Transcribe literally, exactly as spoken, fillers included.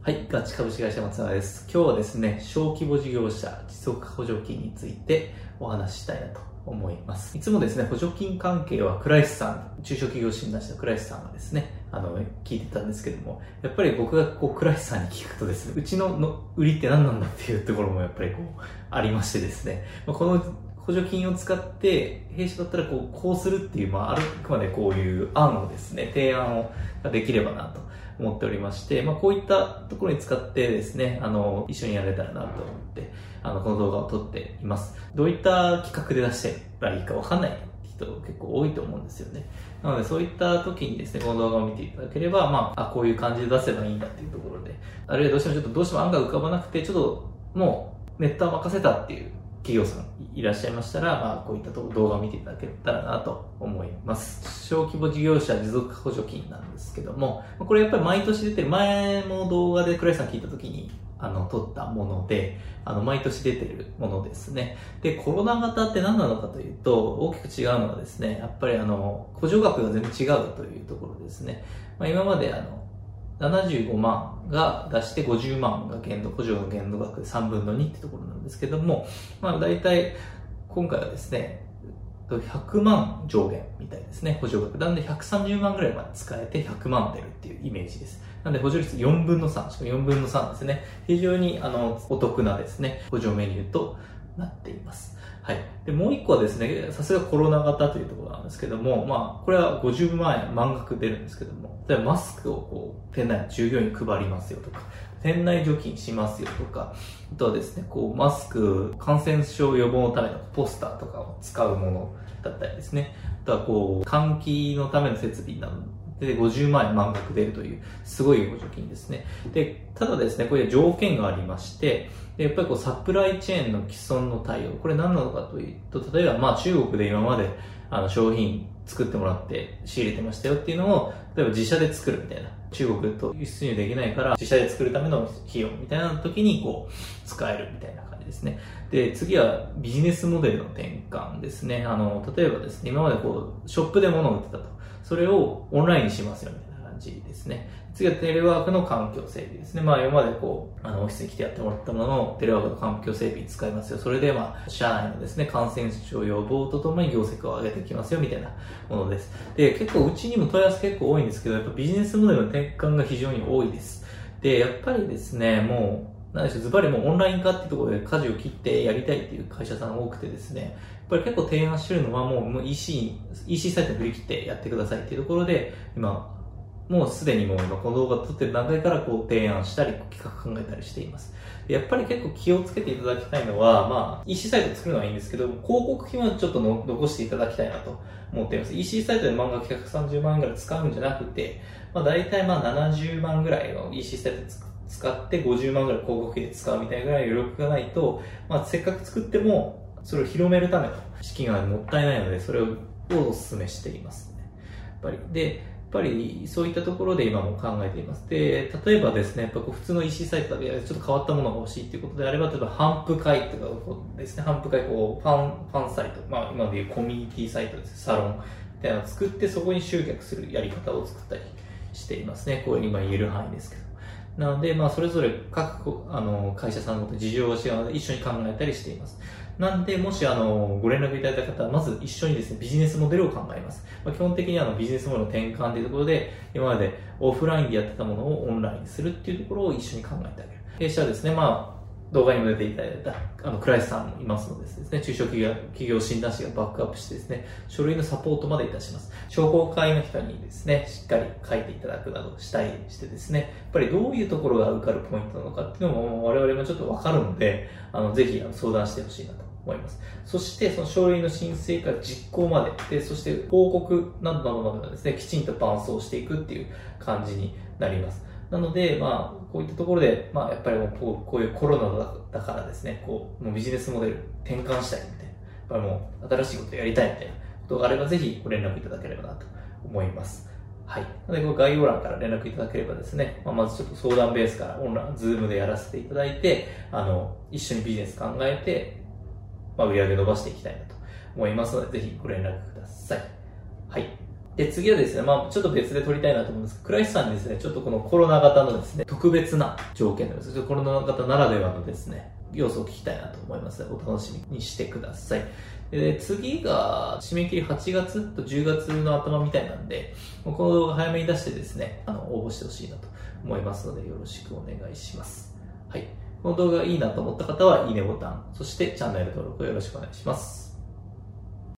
はい、ガチ株式会社松永です。今日はですね、小規模事業者持続化補助金についてお話ししたいなと思います。いつもですね、補助金関係は倉石さん、中小企業診断士の倉石さんがですね、あの、聞いてたんですけども、やっぱり僕がこう倉石さんに聞くとですね、うちのの売りって何なんだっていうところもやっぱりこう、ありましてですね、まあ、この補助金を使って、弊社だったらこう、こうするっていう、まあ、あくまでこういう案をですね、提案をできればなと思っておりまして、まあ、こういったところに使ってですね、あの、一緒にやれたらなと思って、あの、この動画を撮っています。どういった企画で出せばいいかわかんない人結構多いと思うんですよね。なので、そういった時にですね、この動画を見ていただければ、まあ、あ、こういう感じで出せばいいんだっていうところで、あるいはどうしてもちょっとどうしても案が浮かばなくて、ちょっともうネットは任せたっていう企業さんいらっしゃいましたら、まあ、こういった動画を見ていただけたらなと思います。小規模事業者持続化補助金なんですけども、これやっぱり毎年出てる、前の動画で倉石さん聞いた時にあの撮ったもので、あの毎年出てるものですね。で、コロナ型って何なのかというと、大きく違うのはですね、やっぱりあの補助額が全然違うというところですね。まあ、今まであのななじゅうごまんが出してごじゅうまんが限度、補助の限度額でさんぶんのにってところなんですけども、まあ大体今回はですね、ひゃくまん上限みたいですね、補助額。なんでひゃくさんじゅうまんぐらいまで使えてひゃくまん出るっていうイメージです。なんで補助率よんぶんのさん、しかもよんぶんのさんですね。非常にあのお得なですね、補助メニューとなっています。はい。で、もう一個はですね、さすがコロナ型というところなんですけども、まあ、これはごじゅうまんえん満額出るんですけども、例えばマスクをこう、店内の従業員に配りますよとか、店内除菌しますよとか、あとはですね、こう、マスク、感染症予防のためのポスターとかを使うものだったりですね、あとはこう、換気のための設備など、で、ごじゅうまんえん満額出るという、すごい補助金ですね。で、ただですね、これ条件がありまして、でやっぱりこう、サプライチェーンの既存の対応、これ何なのかというと、例えばまあ中国で今まであの商品作ってもらって仕入れてましたよっていうのを、例えば自社で作るみたいな。中国と輸出入できないから自社で作るための費用みたいな時にこう、使えるみたいな感じですね。で、次はビジネスモデルの転換ですね。あの、例えばですね、今までこう、ショップで物を売ってたと。それをオンラインにしますよみたいな感じですね。次はテレワークの環境整備ですね。まあ今までこう、あの、オフィスに来てやってもらったものの、テレワークの環境整備に使いますよ。それでまあ、社内のですね、感染症予防とともに業績を上げていきますよみたいなものです。で、結構うちにも問い合わせ結構多いんですけど、やっぱビジネスモデルの転換が非常に多いです。で、やっぱりですね、もう、なんでしょう、ズバリもうオンライン化っていうところで舵を切ってやりたいっていう会社さんが多くてですね、やっぱり結構提案してるのはもう イーシー、イーシー サイトに振り切ってやってくださいっていうところで、今、もうすでにもう今この動画撮ってる段階からこう提案したり、企画考えたりしています。やっぱり結構気をつけていただきたいのは、まあ、イーシー サイト作るのはいいんですけど、広告費はちょっとの残していただきたいなと思っています。イーシー サイトで漫画ひゃくさんじゅうまんぐらい使うんじゃなくて、まあ大体まあななじゅうまんぐらいの イーシー サイト使ってごじゅうまんぐらい広告費で使うみたいなぐらい余力がないと、まあせっかく作っても、それを広めるための資金がもったいないので、それをお勧めしていますね。やっぱり。で、やっぱりそういったところで今も考えています。で、例えばですね、やっぱこう普通の イーシー サイトでちょっと変わったものが欲しいということであれば、例えば頒布会とかですね、頒布会、こう、ファン、ファンサイト、まあ今でいうコミュニティサイトです、サロンみたいなのを作って、そこに集客するやり方を作ったりしていますね。これ今言える範囲ですけど。なので、まあ、それぞれ各あの会社さんごと事情が違うので、一緒に考えたりしています。なんで、もしあのご連絡いただいた方は、まず一緒にですね、ビジネスモデルを考えます。まあ、基本的にあのビジネスモデルの転換というところで、今までオフラインでやってたものをオンラインにするっていうところを一緒に考えてあげる。弊社はですね、まあ、動画にも出ていただいた、あの、倉石さんもいますのでですね、中小企業、企業診断士がバックアップしてですね、書類のサポートまでいたします。商工会の人にですね、しっかり書いていただくなどしたりしてですね、やっぱりどういうところが受かるポイントなのかっていうのも我々もちょっとわかるので、あの、ぜひ相談してほしいなと思います。そして、その書類の申請から実行まで、で、そして報告などなどまでがですね、きちんと伴走していくっていう感じになります。なので、まあ、こういったところで、まあ、やっぱりもうこう、こういうコロナだからですね、こう、もうビジネスモデル転換したいみたいな、やっぱりもう新しいことやりたいみたいなことがあれば、ぜひご連絡いただければなと思います。はい。なので、この概要欄から連絡いただければですね、まあ、まずちょっと相談ベースからオンライン、ズームでやらせていただいて、あの、一緒にビジネス考えて、まあ、売り上げ伸ばしていきたいなと思いますので、ぜひご連絡ください。はい。 で、次はですね、まあちょっと別で撮りたいなと思うんですけど、倉石さんにですね、ちょっとこのコロナ型のですね、特別な条件なんです。コロナ型ならではのですね、要素を聞きたいなと思いますので、お楽しみにしてください。で、次が、締め切りはちがつとじゅうがつの頭みたいなんで、この動画早めに出してですね、あの、応募してほしいなと思いますので、よろしくお願いします。はい。この動画がいいなと思った方は、いいねボタン、そしてチャンネル登録をよろしくお願いします。